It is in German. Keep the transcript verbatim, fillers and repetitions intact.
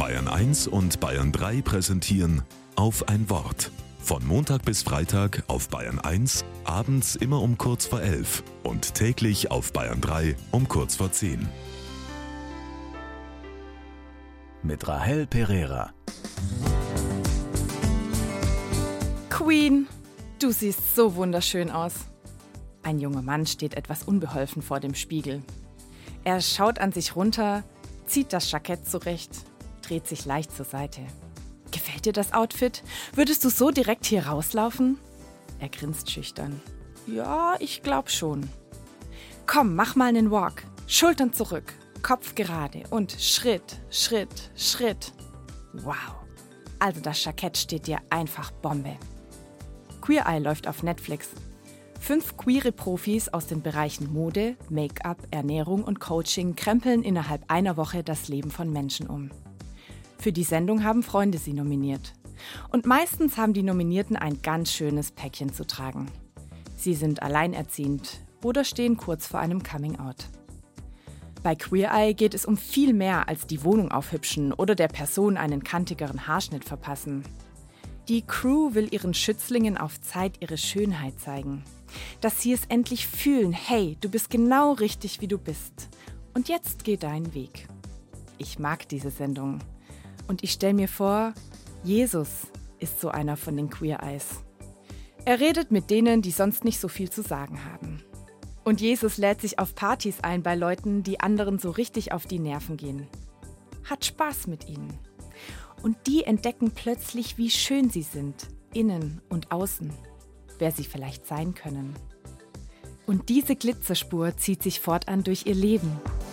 Bayern eins und Bayern drei präsentieren Auf ein Wort. Von Montag bis Freitag auf Bayern eins, abends immer um kurz vor elf und täglich auf Bayern drei um kurz vor zehn. Mit Rahel Pereira. Queen, du siehst so wunderschön aus. Ein junger Mann steht etwas unbeholfen vor dem Spiegel. Er schaut an sich runter, zieht das Jackett zurecht, dreht sich leicht zur Seite. Gefällt dir das Outfit? Würdest du so direkt hier rauslaufen? Er grinst schüchtern. Ja, ich glaub schon. Komm, mach mal einen Walk. Schultern zurück, Kopf gerade und Schritt, Schritt, Schritt. Wow. Also das Jackett steht dir einfach Bombe. Queer Eye läuft auf Netflix. Fünf queere Profis aus den Bereichen Mode, Make-up, Ernährung und Coaching krempeln innerhalb einer Woche das Leben von Menschen um. Für die Sendung haben Freunde sie nominiert. Und meistens haben die Nominierten ein ganz schönes Päckchen zu tragen. Sie sind alleinerziehend oder stehen kurz vor einem Coming-out. Bei Queer Eye geht es um viel mehr als die Wohnung aufhübschen oder der Person einen kantigeren Haarschnitt verpassen. Die Crew will ihren Schützlingen auf Zeit ihre Schönheit zeigen. Dass sie es endlich fühlen, hey, du bist genau richtig, wie du bist. Und jetzt geh deinen Weg. Ich mag diese Sendung. Und ich stelle mir vor, Jesus ist so einer von den Queer Eyes. Er redet mit denen, die sonst nicht so viel zu sagen haben. Und Jesus lädt sich auf Partys ein bei Leuten, die anderen so richtig auf die Nerven gehen. Hat Spaß mit ihnen. Und die entdecken plötzlich, wie schön sie sind, innen und außen, wer sie vielleicht sein können. Und diese Glitzerspur zieht sich fortan durch ihr Leben.